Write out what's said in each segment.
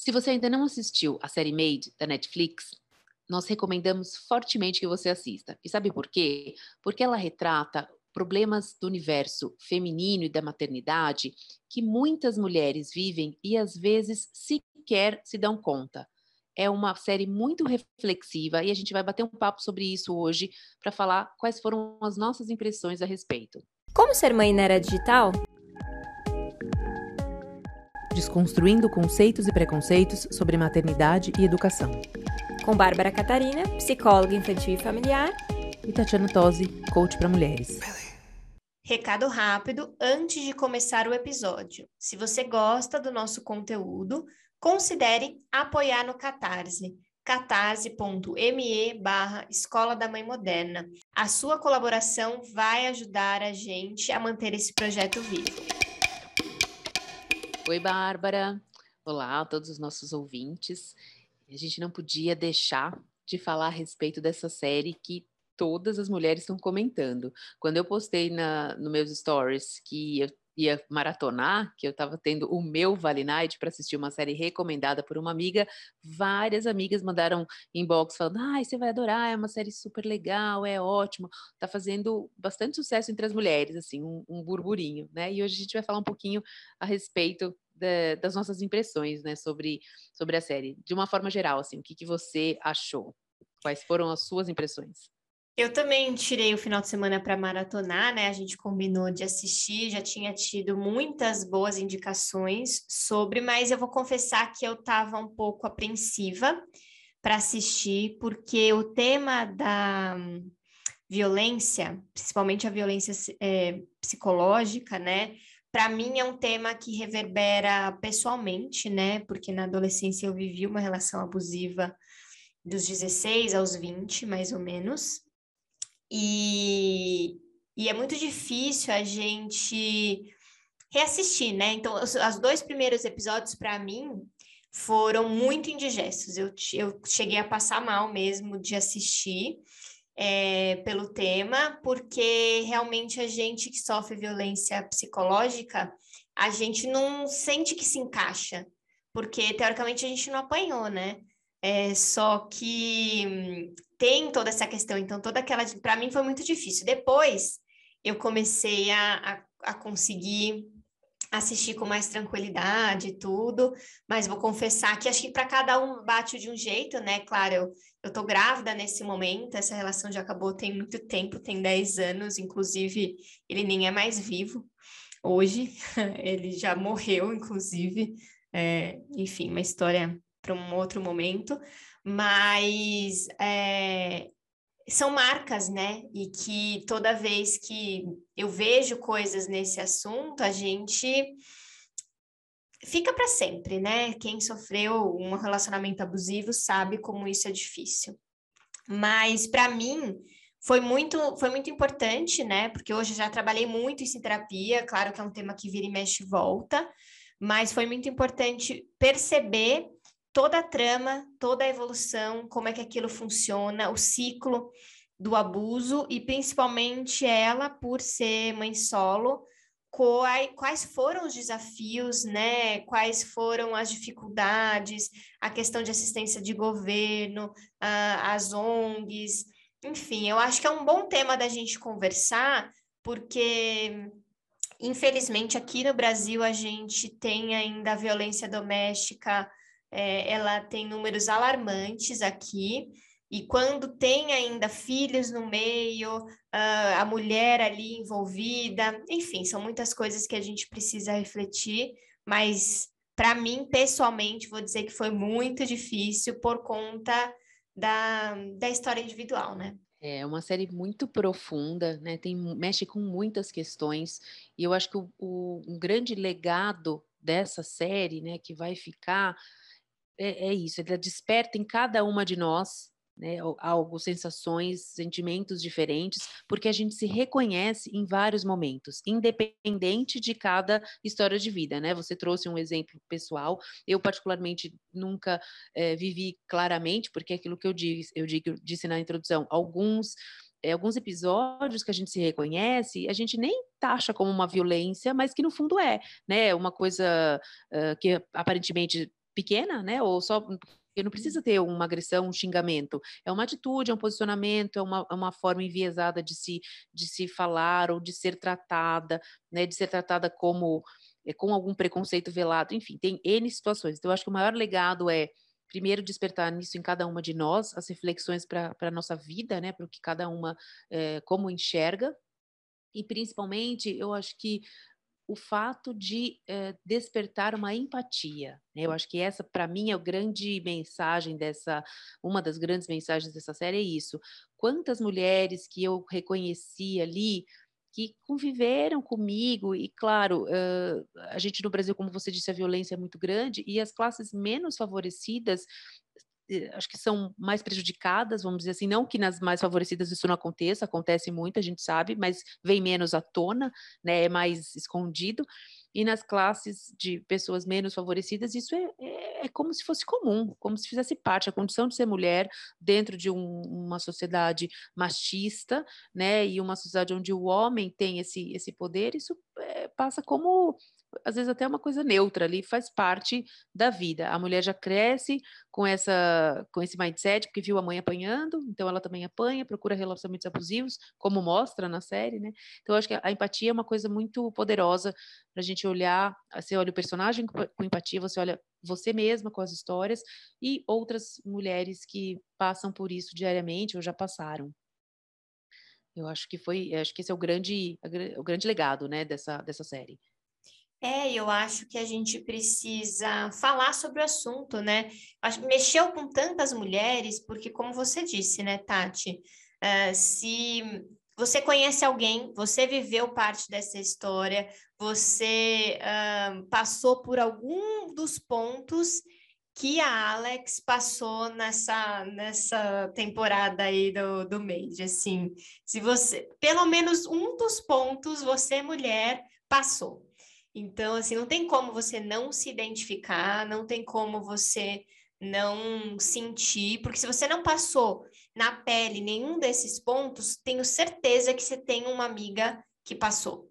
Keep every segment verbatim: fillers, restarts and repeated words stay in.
Se você ainda não assistiu a série Made da Netflix, nós recomendamos fortemente que você assista. E sabe por quê? Porque ela retrata problemas do universo feminino e da maternidade que muitas mulheres vivem e às vezes sequer se dão conta. É uma série muito reflexiva e a gente vai bater um papo sobre isso hoje para falar quais foram as nossas impressões a respeito. Como ser mãe na era digital? Desconstruindo conceitos e preconceitos sobre maternidade e educação. Com Bárbara Catarina, psicóloga infantil e familiar, E Tatiana Tosi, coach para mulheres. Recado rápido antes de começar o episódio. Se você gosta do nosso conteúdo, considere apoiar no Catarse, catarse.me barra Escola da Mãe Moderna. A sua colaboração vai ajudar a gente a manter esse projeto vivo. Oi, Bárbara. Olá a todos os nossos ouvintes. A gente não podia deixar de falar a respeito dessa série que todas as mulheres estão comentando. Quando eu postei na, no meus stories que eu ia maratonar, que eu estava tendo o meu Vale Night para assistir uma série recomendada por uma amiga, várias amigas mandaram inbox falando: ai, você vai adorar, é uma série super legal, é ótimo, tá fazendo bastante sucesso entre as mulheres, assim, um, um burburinho, né? E hoje a gente vai falar um pouquinho a respeito da, das nossas impressões, né, sobre, sobre a série. De uma forma geral, assim, o que, que você achou? Quais foram as suas impressões? Eu também tirei o final de semana para maratonar, né? A gente combinou de assistir, já tinha tido muitas boas indicações sobre, mas eu vou confessar que eu estava um pouco apreensiva para assistir, porque o tema da violência, principalmente a violência é, psicológica, né? Para mim é um tema que reverbera pessoalmente, né? Porque na adolescência eu vivi uma relação abusiva dos dezesseis aos vinte, mais ou menos. E, e é muito difícil a gente reassistir, né? Então, os, os dois primeiros episódios, para mim, foram muito indigestos. Eu, eu cheguei a passar mal mesmo de assistir é, pelo tema, porque realmente a gente que sofre violência psicológica, a gente não sente que se encaixa, porque, teoricamente, a gente não apanhou, né? É, só que hum, tem toda essa questão, então toda aquela, para mim foi muito difícil. Depois eu comecei a, a, a conseguir assistir com mais tranquilidade e tudo, mas vou confessar que acho que para cada um bate de um jeito, né? Claro, eu, eu tô grávida nesse momento, essa relação já acabou tem muito tempo, tem dez anos, inclusive ele nem é mais vivo hoje, ele já morreu, inclusive, é, enfim, uma história para um outro momento, mas é, são marcas, né? E que toda vez que eu vejo coisas nesse assunto, a gente fica para sempre, né? Quem sofreu um relacionamento abusivo sabe como isso é difícil. Mas para mim foi muito, foi muito importante, né? Porque hoje eu já trabalhei muito isso em terapia, claro que é um tema que vira e mexe e volta, mas foi muito importante perceber toda a trama, toda a evolução, como é que aquilo funciona, o ciclo do abuso e principalmente ela, por ser mãe solo, quais, quais foram os desafios, né? Quais foram as dificuldades, a questão de assistência de governo, a, as O N Gs, enfim, eu acho que é um bom tema da gente conversar, porque infelizmente aqui no Brasil a gente tem ainda a violência doméstica, é, ela tem números alarmantes aqui, e quando tem ainda filhos no meio, uh, a mulher ali envolvida, enfim, são muitas coisas que a gente precisa refletir, mas para mim, pessoalmente, vou dizer que foi muito difícil por conta da, da história individual, né? É uma série muito profunda, né? Tem, mexe com muitas questões, e eu acho que o, o, um grande legado dessa série, né, que vai ficar, é, é isso, ela desperta em cada uma de nós, né, algo, sensações, sentimentos diferentes, porque a gente se reconhece em vários momentos, independente de cada história de vida, né? Você trouxe um exemplo pessoal, eu particularmente nunca é, vivi claramente, porque é aquilo que eu disse, eu digo, disse na introdução, alguns é, alguns episódios que a gente se reconhece, a gente nem taxa como uma violência, mas que no fundo é, né? Uma coisa uh, que aparentemente pequena, né? Ou só... Porque não precisa ter uma agressão, um xingamento. É uma atitude, é um posicionamento, é uma, é uma forma enviesada de se, de se falar ou de ser tratada, né? De ser tratada como é, com algum preconceito velado. Enfim, tem N situações. Então, eu acho que o maior legado é, primeiro, despertar nisso em cada uma de nós, as reflexões para a nossa vida, né? Para o que cada uma, é, como enxerga. E, principalmente, eu acho que o fato de eh, despertar uma empatia, né? Eu acho que essa, para mim, é a grande mensagem dessa, uma das grandes mensagens dessa série é isso. Quantas mulheres que eu reconheci ali que conviveram comigo e, claro, uh, a gente no Brasil, como você disse, a violência é muito grande e as classes menos favorecidas acho que são mais prejudicadas, vamos dizer assim, não que nas mais favorecidas isso não aconteça, acontece muito, a gente sabe, mas vem menos à tona, né, é mais escondido, e nas classes de pessoas menos favorecidas isso é, é, é como se fosse comum, como se fizesse parte, a condição de ser mulher dentro de um, uma sociedade machista, né, e uma sociedade onde o homem tem esse, esse poder, isso é, passa como às vezes até uma coisa neutra ali, faz parte da vida. A mulher já cresce com essa, com esse mindset, porque viu a mãe apanhando, então ela também apanha, procura relacionamentos abusivos, como mostra na série, né? Então, eu acho que a, a empatia é uma coisa muito poderosa para a gente olhar, você olha o personagem com, com empatia, você olha você mesma com as histórias e outras mulheres que passam por isso diariamente ou já passaram. Eu acho que foi, acho que esse é o grande, o grande legado, né, dessa, dessa série. É, eu acho que a gente precisa falar sobre o assunto, né? Acho que mexeu com tantas mulheres, porque como você disse, né, Tati, uh, se você conhece alguém, você viveu parte dessa história, você uh, passou por algum dos pontos que a Alex passou nessa, nessa temporada aí do, do Made, assim, se você, pelo menos um dos pontos, você, mulher, passou. Então, assim, não tem como você não se identificar, não tem como você não sentir, porque se você não passou na pele nenhum desses pontos, tenho certeza que você tem uma amiga que passou.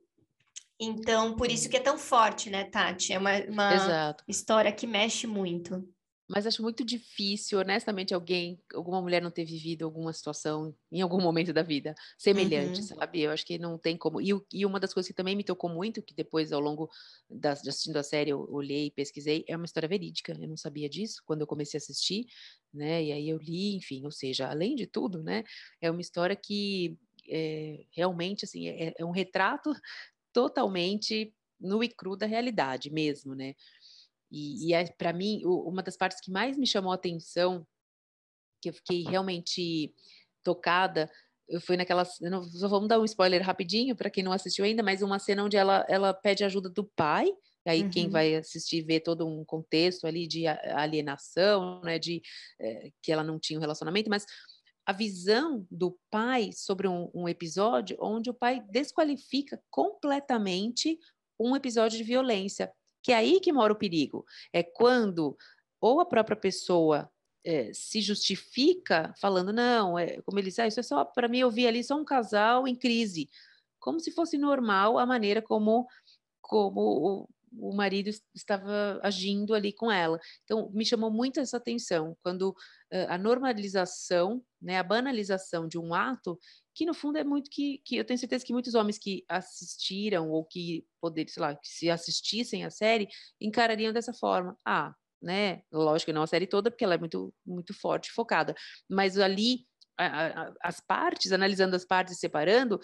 Então, por isso que é tão forte, né, Tati? É uma, uma Exato. história que mexe muito. Mas acho muito difícil, honestamente, alguém, alguma mulher não ter vivido alguma situação em algum momento da vida semelhante, Uhum. sabe? Eu acho que não tem como. E, e uma das coisas que também me tocou muito, que depois, ao longo das, de assistindo a série, eu olhei e pesquisei, é uma história verídica. Eu não sabia disso quando eu comecei a assistir, né? E aí eu li, enfim, ou seja, além de tudo, né? É uma história que é, realmente, assim, é, é um retrato totalmente nu e cru da realidade mesmo, né? E, e é, para mim, o, uma das partes que mais me chamou a atenção, que eu fiquei realmente tocada, foi naquela. Não, só vamos dar um spoiler rapidinho para quem não assistiu ainda, mas uma cena onde ela, ela pede ajuda do pai. Aí quem Uhum. vai assistir vê todo um contexto ali de alienação, né, de é, que ela não tinha um relacionamento, mas a visão do pai sobre um, um episódio onde o pai desqualifica completamente um episódio de violência, que é aí que mora o perigo. É quando ou a própria pessoa é, se justifica falando, não, é, como ele disse, ah, isso é só, para mim, eu vi ali só um casal em crise, como se fosse normal a maneira como, como o, o marido estava agindo ali com ela. Então, me chamou muito essa atenção, quando uh, a normalização, né, a banalização de um ato, que no fundo é muito que, que eu tenho certeza que muitos homens que assistiram ou que poderiam, sei lá, que se assistissem à série, encarariam dessa forma. Ah, né? Lógico que não a série toda, porque ela é muito, muito forte, focada. Mas ali, a, a, as partes, analisando as partes e separando,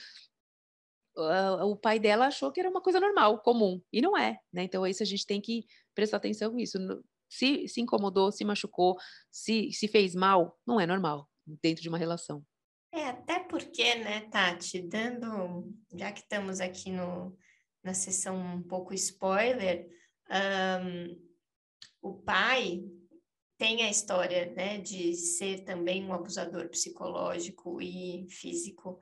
uh, o pai dela achou que era uma coisa normal, comum, e não é, né? Então, isso a gente tem que prestar atenção nisso. Se se incomodou, se machucou, se, se fez mal, não é normal dentro de uma relação. É, até porque, né, Tati, dando, já que estamos aqui no, na sessão um pouco spoiler, um, o pai tem a história, né, de ser também um abusador psicológico e físico.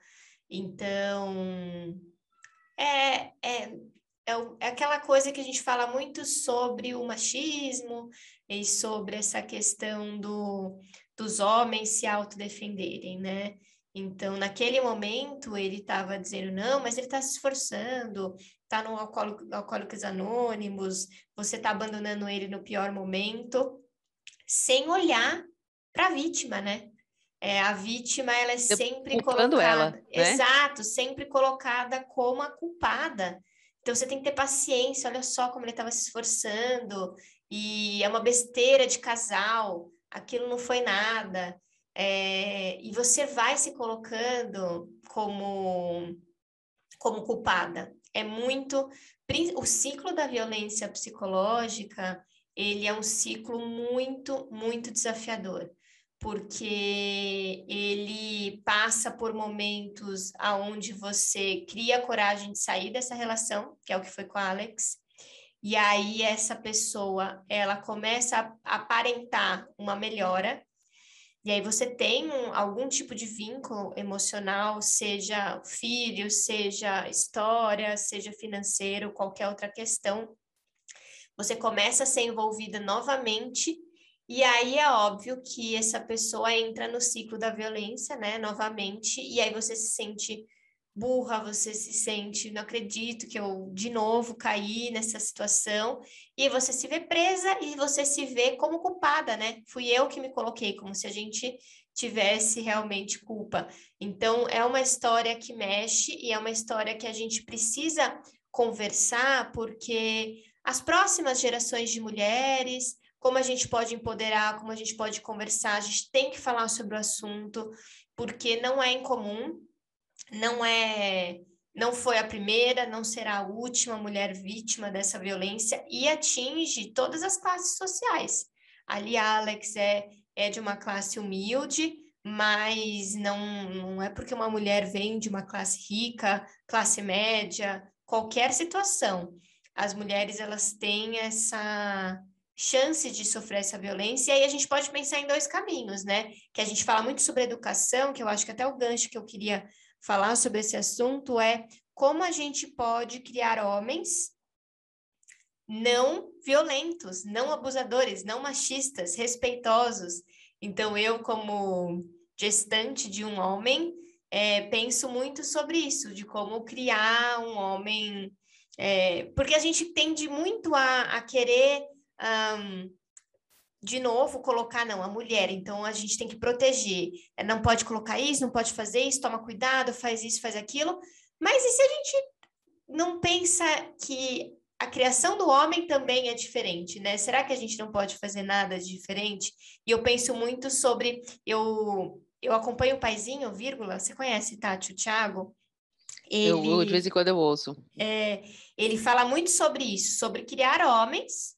Então, é, é, é, o- é aquela coisa que a gente fala muito sobre o machismo e sobre essa questão do, dos homens se autodefenderem, né? Então, naquele momento, ele estava dizendo, não, mas ele está se esforçando, tá no Alcoólico, Alcoólicos Anônimos, você tá abandonando ele no pior momento, sem olhar para a vítima, né? É, a vítima, ela é sempre Culpando ela, colocada, né? exato, sempre colocada como a culpada. Então, você tem que ter paciência, olha só como ele estava se esforçando, e é uma besteira de casal, aquilo não foi nada. É, e você vai se colocando como, como culpada. É muito... O ciclo da violência psicológica, ele é um ciclo muito, muito desafiador, porque ele passa por momentos aonde você cria a coragem de sair dessa relação, que é o que foi com a Alex, e aí essa pessoa, ela começa a aparentar uma melhora, e aí você tem um, algum tipo de vínculo emocional, seja filho, seja história, seja financeiro, qualquer outra questão, você começa a ser envolvida novamente, e aí é óbvio que essa pessoa entra no ciclo da violência, né, novamente, e aí você se sente burra, você se sente, não acredito que eu de novo caí nessa situação, e você se vê presa e você se vê como culpada, né? Fui eu que me coloquei, como se a gente tivesse realmente culpa. Então, é uma história que mexe e é uma história que a gente precisa conversar, porque as próximas gerações de mulheres, como a gente pode empoderar, como a gente pode conversar, a gente tem que falar sobre o assunto, porque não é incomum, não é, não foi a primeira, não será a última mulher vítima dessa violência e atinge todas as classes sociais. Ali a Alex é, é de uma classe humilde, mas não, não é porque uma mulher vem de uma classe rica, classe média, qualquer situação. As mulheres, elas têm essa chance de sofrer essa violência, e aí a gente pode pensar em dois caminhos, né? Que a gente fala muito sobre educação, que eu acho que até o gancho que eu queria falar sobre esse assunto é como a gente pode criar homens não violentos, não abusadores, não machistas, respeitosos. Então, eu, como gestante de um homem, é, penso muito sobre isso, de como criar um homem... É, porque a gente tende muito a, a querer... Um, de novo, colocar, não, a mulher, então a gente tem que proteger, não pode colocar isso, não pode fazer isso, toma cuidado, faz isso, faz aquilo, mas e se a gente não pensa que a criação do homem também é diferente, né? Será que a gente não pode fazer nada de diferente? E eu penso muito sobre, eu, eu acompanho o Paizinho, vírgula, você conhece, Tati, o Thiago? Eu, eu, de vez Ele, em quando eu ouço. é, ele fala muito sobre isso, sobre criar homens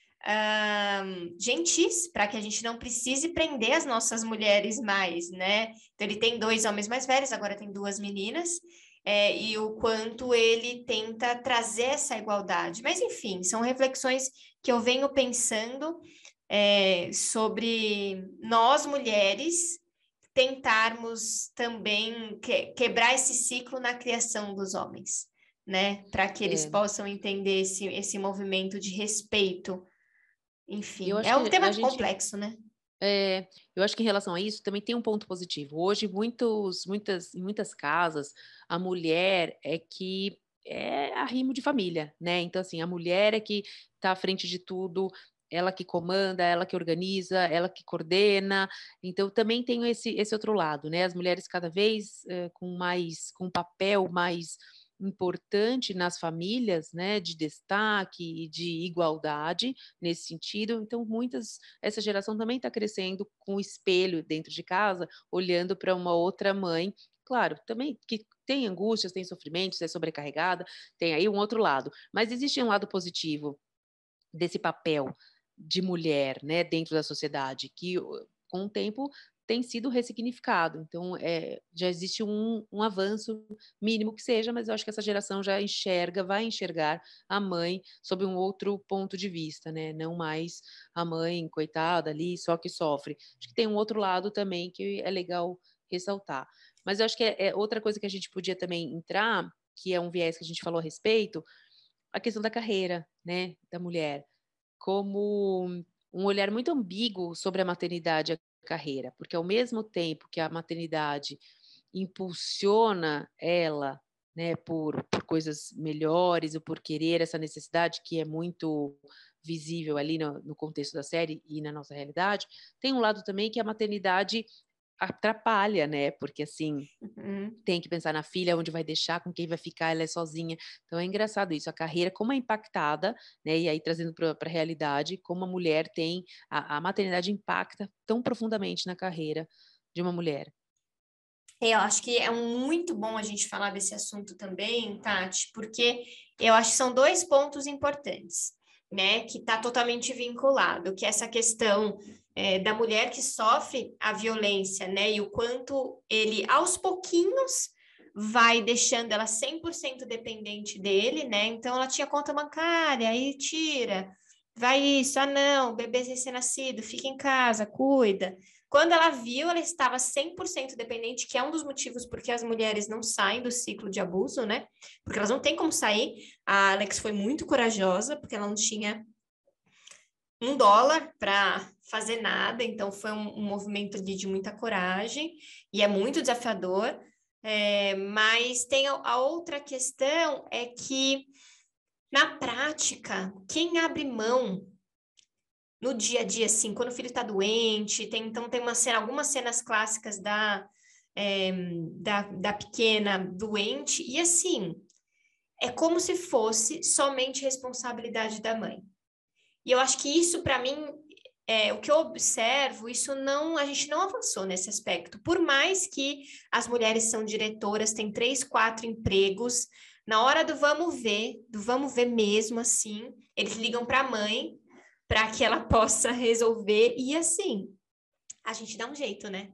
um, gentis, para que a gente não precise prender as nossas mulheres mais, né? Então, ele tem dois homens mais velhos, agora tem duas meninas, é, e o quanto ele tenta trazer essa igualdade. Mas, enfim, são reflexões que eu venho pensando é, sobre nós, mulheres, tentarmos também que, quebrar esse ciclo na criação dos homens, né? Para que eles É, possam entender esse, esse movimento de respeito. eu Enfim, acho é um que tema a gente, complexo, né? é, eu acho que em relação a isso também tem um ponto positivo. Hoje, muitos, muitas, em muitas casas, a mulher é que é arrimo de família, né? Então, assim, a mulher é que está à frente de tudo, ela que comanda, ela que organiza, ela que coordena. Então, também tem esse, esse outro lado, né? As mulheres cada vez eh, com mais, com um papel mais importante nas famílias, né, de destaque e de igualdade nesse sentido. Então, muitas, essa geração também está crescendo com o espelho dentro de casa, olhando para uma outra mãe. Claro, também que tem angústias, tem sofrimentos, é sobrecarregada, tem aí um outro lado. Mas existe um lado positivo desse papel de mulher, né, dentro da sociedade, que com o tempo tem sido ressignificado. Então, é, já existe um, um avanço mínimo que seja, mas eu acho que essa geração já enxerga, vai enxergar a mãe sob um outro ponto de vista, né? Não mais a mãe, coitada ali, só que sofre. Acho que tem um outro lado também que é legal ressaltar. Mas eu acho que é, é outra coisa que a gente podia também entrar, que é um viés que a gente falou a respeito, a questão da carreira, né, da mulher, como um olhar muito ambíguo sobre a maternidade e a carreira, porque ao mesmo tempo que a maternidade impulsiona ela, né, por, por coisas melhores ou por querer essa necessidade que é muito visível ali no, no contexto da série e na nossa realidade, tem um lado também que a maternidade atrapalha, né? Porque assim, Uhum. tem que pensar na filha, onde vai deixar, com quem vai ficar, ela é sozinha. Então é engraçado isso, a carreira, como é impactada, né? E aí trazendo para a realidade, como a mulher tem, a, a maternidade impacta tão profundamente na carreira de uma mulher. Eu acho que é muito bom a gente falar desse assunto também, Tati, porque eu acho que são dois pontos importantes, né? Que está totalmente vinculado, que é essa questão é, da mulher que sofre a violência, né? E o quanto ele, aos pouquinhos, vai deixando ela cem por cento dependente dele, né? Então, ela tinha conta bancária, aí tira, vai isso, ah, não, bebê recém-nascido, fica em casa, cuida. Quando ela viu, ela estava cem por cento dependente, que é um dos motivos porque as mulheres não saem do ciclo de abuso, né? Porque elas não têm como sair. A Alex foi muito corajosa, porque ela não tinha um dólar para fazer nada, então foi um, um movimento de, de muita coragem, e é muito desafiador. É, mas tem a, a outra questão é que, na prática, quem abre mão no dia a dia, assim, quando o filho está doente, tem, então tem uma cena, algumas cenas clássicas da, é, da, da pequena doente, e assim, é como se fosse somente responsabilidade da mãe. E eu acho que isso, para mim, é, o que eu observo, isso não, a gente não avançou nesse aspecto. Por mais que as mulheres são diretoras, têm três, quatro empregos, na hora do vamos ver, do vamos ver mesmo assim, eles ligam para a mãe para que ela possa resolver, e assim, a gente dá um jeito, né?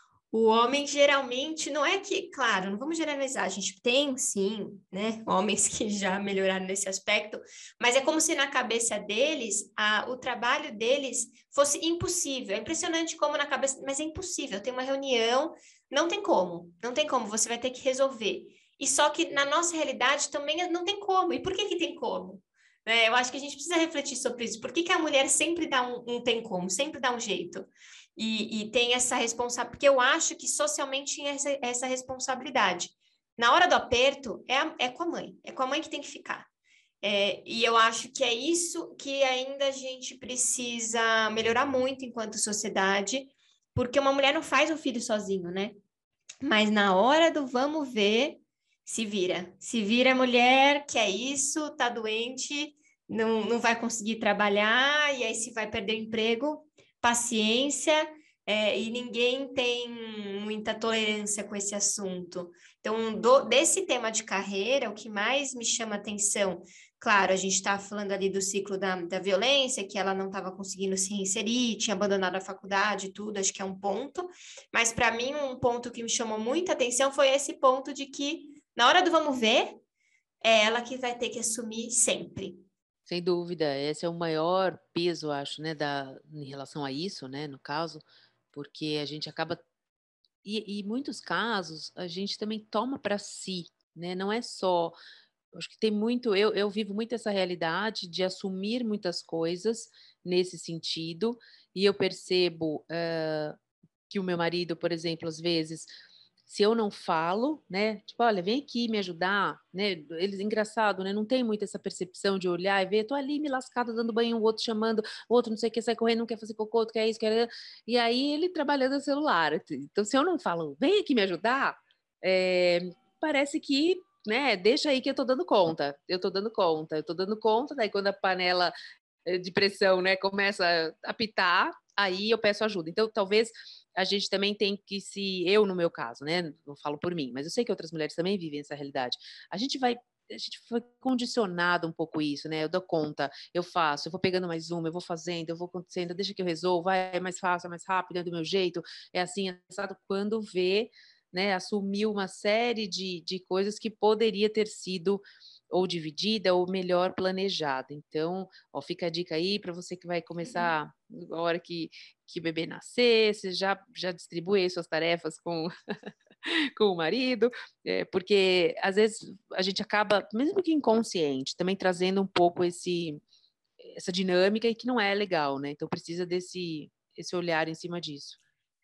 O homem geralmente não é que, claro, não vamos generalizar, a gente tem sim, né, homens que já melhoraram nesse aspecto, mas é como se na cabeça deles, a, o trabalho deles fosse impossível. É impressionante como na cabeça, mas é impossível. Tem uma reunião, não tem como, não tem como, você vai ter que resolver. E só que na nossa realidade também não tem como. E por que que tem como? É, eu acho que a gente precisa refletir sobre isso. Por que que a mulher sempre dá um, um tem como, sempre dá um jeito? E, e tem essa responsabilidade, porque eu acho que socialmente tinha essa, essa responsabilidade. Na hora do aperto, é, a, é com a mãe, é com a mãe que tem que ficar. É, e eu acho que é isso que ainda a gente precisa melhorar muito enquanto sociedade, porque uma mulher não faz um filho sozinho, né? Mas na hora do vamos ver, se vira. Se vira a mulher, que é isso, tá doente, não, não vai conseguir trabalhar, e aí se vai perder o emprego, paciência, é, e ninguém tem muita tolerância com esse assunto. Então, do, desse tema de carreira, o que mais me chama atenção, claro, a gente está falando ali do ciclo da, da violência, que ela não estava conseguindo se reinserir, tinha abandonado a faculdade e tudo, acho que é um ponto, mas para mim um ponto que me chamou muita atenção foi esse ponto de que, na hora do vamos ver, é ela que vai ter que assumir sempre. Sem dúvida, esse é o maior peso, acho, né, da, em relação a isso, né, no caso, porque a gente acaba, e, e em muitos casos, a gente também toma para si, né, não é só, acho que tem muito, eu, eu vivo muito essa realidade de assumir muitas coisas nesse sentido, e eu percebo uh, que o meu marido, por exemplo, às vezes, se eu não falo, né, tipo, olha, vem aqui me ajudar, né, eles, engraçado, né, não tem muito essa percepção de olhar e ver, tô ali me lascada dando banho, o outro chamando, o outro não sei o que, sai correndo, não quer fazer cocô, outro quer isso, quer... E aí ele trabalhando no celular. Então, se eu não falo, vem aqui me ajudar, é, parece que, né, deixa aí que eu tô dando conta, eu tô dando conta, eu tô dando conta, daí quando a panela de pressão, né, começa a apitar, aí eu peço ajuda. Então, talvez a gente também tem que se, eu no meu caso, né, não falo por mim, mas eu sei que outras mulheres também vivem essa realidade. A gente vai, a gente foi condicionado um pouco isso, né? Eu dou conta, eu faço, eu vou pegando mais uma, eu vou fazendo, eu vou acontecendo, deixa que eu resolvo, vai, é mais fácil, é mais rápido, é do meu jeito, é assim, é assado, quando vê, né, assumiu uma série de, de coisas que poderia ter sido ou dividida ou melhor planejada. Então, ó, fica a dica aí para você que vai começar a hora que, que o bebê nascer, você já, já distribui aí suas tarefas com, com o marido, é, porque às vezes a gente acaba, mesmo que inconsciente, também trazendo um pouco esse, essa dinâmica e que não é legal, né? Então precisa desse esse olhar em cima disso.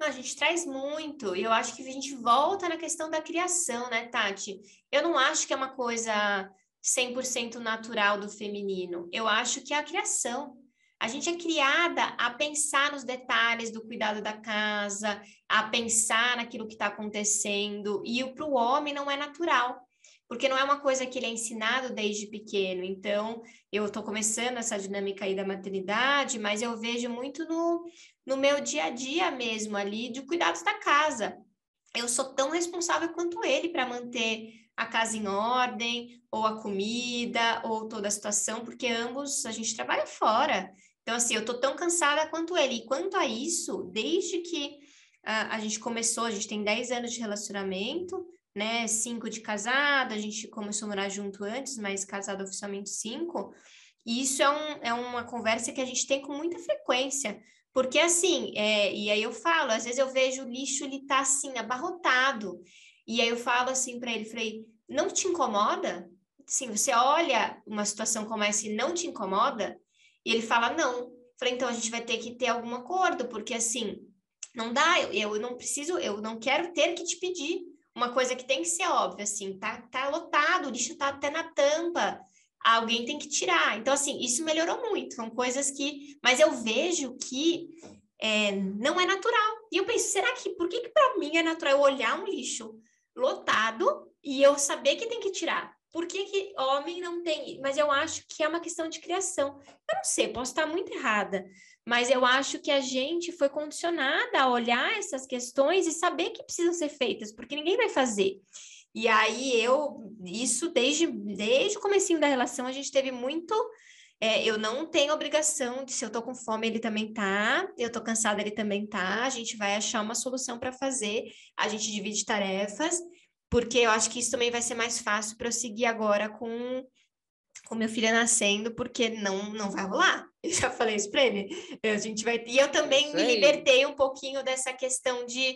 Não, a gente traz muito, e eu acho que a gente volta na questão da criação, né, Tati? Eu não acho que é uma coisa cem por cento natural do feminino, eu acho que é a criação. A gente é criada a pensar nos detalhes do cuidado da casa, a pensar naquilo que está acontecendo, e para o homem não é natural, porque não é uma coisa que ele é ensinado desde pequeno. Então, eu estou começando essa dinâmica aí da maternidade, mas eu vejo muito no, no meu dia a dia mesmo ali, de cuidados da casa. Eu sou tão responsável quanto ele para manter a casa em ordem, ou a comida, ou toda a situação, porque ambos a gente trabalha fora. Então, assim, eu tô tão cansada quanto ele. E quanto a isso, desde que a, a gente começou, a gente tem dez anos de relacionamento, né? Cinco de casado, a gente começou a morar junto antes, mas casado oficialmente cinco. E isso é, um, é uma conversa que a gente tem com muita frequência. Porque, assim, é, e aí eu falo, às vezes eu vejo o lixo, ele tá, assim, abarrotado. E aí eu falo assim para ele, falei, não te incomoda? Sim, você olha uma situação como essa e não te incomoda? E ele fala, não. Falei, então a gente vai ter que ter algum acordo, porque assim, não dá, eu, eu não preciso, eu não quero ter que te pedir uma coisa que tem que ser óbvia, assim, tá, tá lotado, o lixo tá até na tampa, alguém tem que tirar. Então, assim, isso melhorou muito, são coisas que, mas eu vejo que é, não é natural. E eu penso, será que, por que que para mim é natural eu olhar um lixo lotado e eu saber que tem que tirar? Por que que homem não tem? Mas eu acho que é uma questão de criação. Eu não sei, posso estar muito errada, mas eu acho que a gente foi condicionada a olhar essas questões e saber que precisam ser feitas, porque ninguém vai fazer. E aí eu, isso desde, desde o comecinho da relação, a gente teve muito... É, eu não tenho obrigação de, se eu tô com fome, ele também tá, eu tô cansada, ele também tá, a gente vai achar uma solução para fazer, a gente divide tarefas, porque eu acho que isso também vai ser mais fácil para eu seguir agora com com meu filho nascendo, porque não, não vai rolar. Eu já falei isso para ele. A gente vai... E eu também me libertei um pouquinho dessa questão de,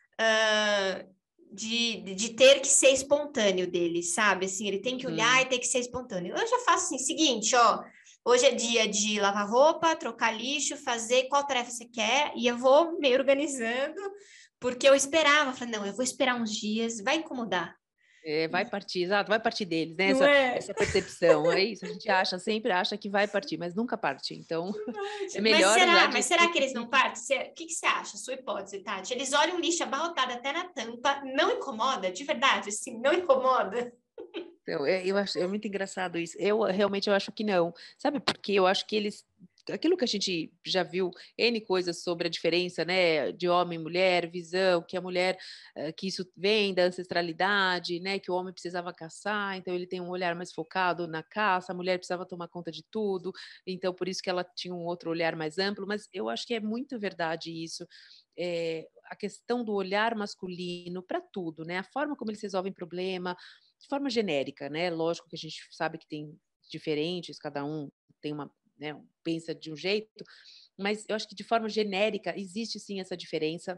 uh, de, de ter que ser espontâneo dele, sabe? Assim, ele tem que olhar hum. e tem que ser espontâneo. Eu já faço assim, seguinte, ó, hoje é dia de lavar roupa, trocar lixo, fazer qual tarefa você quer, e eu vou me organizando, porque eu esperava, falei, não, eu vou esperar uns dias, vai incomodar. É, vai partir, exato, vai partir deles, né? Não Essa, é? essa percepção, é isso, a gente acha, sempre acha que vai partir, mas nunca parte, então é melhor mas será, já de, mas será de, que eles não partem? O que, que você acha, sua hipótese, Tati? Eles olham o lixo abarrotado até na tampa, não incomoda? De verdade, assim, não incomoda? Eu, eu acho, é muito engraçado isso, eu realmente eu acho que não, sabe, porque eu acho que eles aquilo que a gente já viu N coisas sobre a diferença, né, de homem e mulher, visão, que a mulher, que isso vem da ancestralidade, né, que o homem precisava caçar, então ele tem um olhar mais focado na caça, a mulher precisava tomar conta de tudo, então por isso que ela tinha um outro olhar mais amplo, mas eu acho que é muito verdade isso, é, a questão do olhar masculino para tudo, né, a forma como eles resolvem problema, de forma genérica, né, lógico que a gente sabe que tem diferentes, cada um tem uma né, pensa de um jeito, mas eu acho que de forma genérica existe sim essa diferença.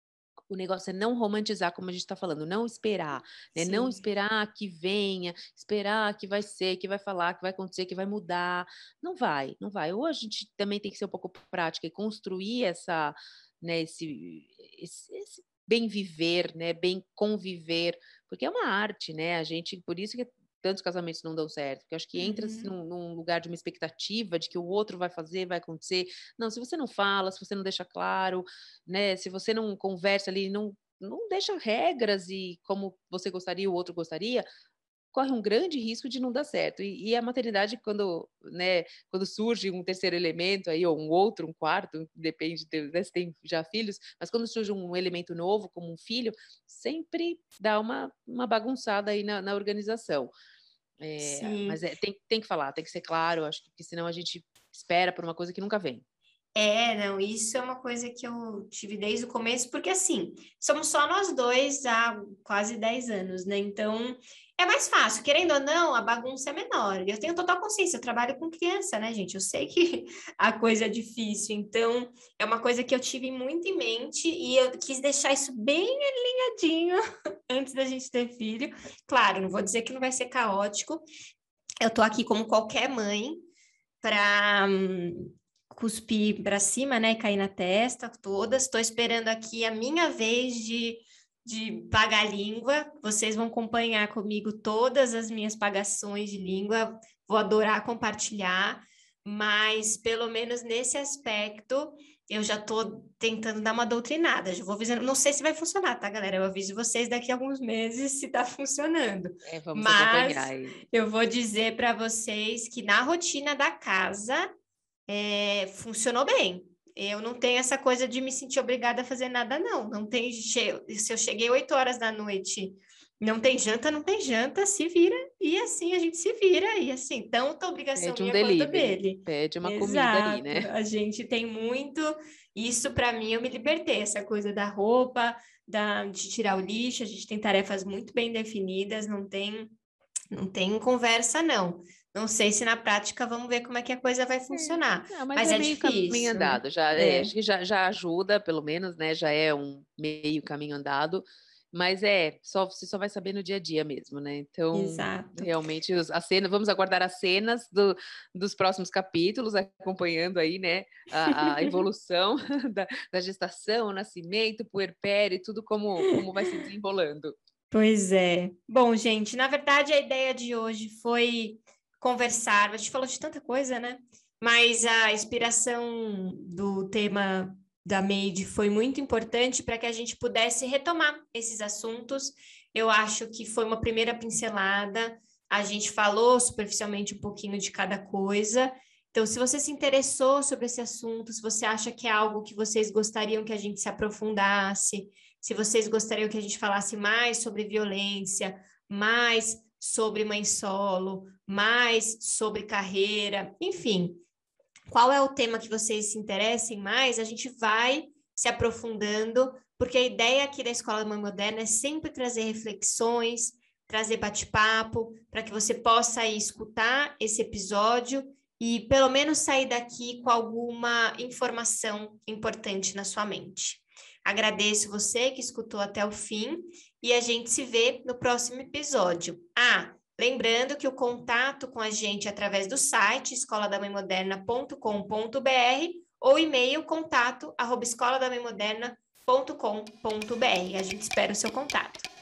O negócio é não romantizar, como a gente está falando, não esperar, né? Não esperar que venha, esperar que vai ser, que vai falar, que vai acontecer, que vai mudar. Não vai, não vai. Ou a gente também tem que ser um pouco prática e construir essa, né, esse, esse, esse bem viver, né, bem conviver, porque é uma arte, né? A gente, por isso que tantos casamentos não dão certo, porque eu acho que entra-se uhum. num, num lugar de uma expectativa de que o outro vai fazer, vai acontecer. Não, se você não fala, se você não deixa claro, né, se você não conversa ali, não, não deixa regras e como você gostaria, o outro gostaria, corre um grande risco de não dar certo. E, e a maternidade, quando, né, quando surge um terceiro elemento, aí, ou um outro, um quarto, depende de, né, se tem já filhos, mas quando surge um elemento novo, como um filho, sempre dá uma, uma bagunçada aí na, na organização. É, mas é, tem, tem que falar, tem que ser claro, acho que senão a gente espera por uma coisa que nunca vem. É, não, isso é uma coisa que eu tive desde o começo, porque assim, somos só nós dois há quase dez anos, né? Então, é mais fácil, querendo ou não, a bagunça é menor. Eu tenho total consciência, eu trabalho com criança, né, gente? Eu sei que a coisa é difícil, então é uma coisa que eu tive muito em mente e eu quis deixar isso bem alinhadinho antes da gente ter filho. Claro, não vou dizer que não vai ser caótico. Eu tô aqui como qualquer mãe para cuspir para cima, né? Cair na testa, todas. Estou esperando aqui a minha vez de, de pagar a língua. Vocês vão acompanhar comigo todas as minhas pagações de língua. Vou adorar compartilhar, mas pelo menos nesse aspecto eu já estou tentando dar uma doutrinada. Já vou avisando, não sei se vai funcionar, tá, galera? Eu aviso vocês daqui a alguns meses se está funcionando. É, vamos mas acompanhar aí. Eu vou dizer para vocês que na rotina da casa é, funcionou bem. Eu não tenho essa coisa de me sentir obrigada a fazer nada, não. Não tem, se eu cheguei oito horas da noite, não tem janta, não tem janta, se vira, e assim a gente se vira, e assim, tanto a obrigação Pede um minha quanto a delivery, dele. pede uma Exato. comida ali, né? A gente tem muito, isso para mim eu me libertei, essa coisa da roupa, da, de tirar o lixo, a gente tem tarefas muito bem definidas, não tem, não tem conversa, não. Não sei se na prática vamos ver como é que a coisa vai funcionar. Não, mas, mas é, é meio difícil, caminho né? andado. Já, É. é, acho que já, já ajuda, pelo menos, né? Já é um meio caminho andado. Mas é, só, você só vai saber no dia a dia mesmo, né? Então, Exato. realmente, os, a cena, vamos aguardar as cenas do, dos próximos capítulos, acompanhando aí, né? A, a evolução da, da gestação, nascimento, puerpério, tudo como, como vai se desenrolando. Pois é. Bom, gente, na verdade a ideia de hoje foi conversar, a gente falou de tanta coisa, né? Mas a inspiração do tema da Made foi muito importante para que a gente pudesse retomar esses assuntos. Eu acho que foi uma primeira pincelada, a gente falou superficialmente um pouquinho de cada coisa. Então, se você se interessou sobre esse assunto, se você acha que é algo que vocês gostariam que a gente se aprofundasse, se vocês gostariam que a gente falasse mais sobre violência, mais sobre mãe solo, mais sobre carreira, enfim, qual é o tema que vocês se interessem mais, a gente vai se aprofundando, porque a ideia aqui da Escola da Mãe Moderna é sempre trazer reflexões, trazer bate-papo, para que você possa aí escutar esse episódio e pelo menos sair daqui com alguma informação importante na sua mente. Agradeço você que escutou até o fim e a gente se vê no próximo episódio. Ah, lembrando que o contato com a gente é através do site escola da mãe moderna ponto com ponto b r ou e-mail contato arroba escola da mãe moderna ponto com ponto b r. A gente espera o seu contato.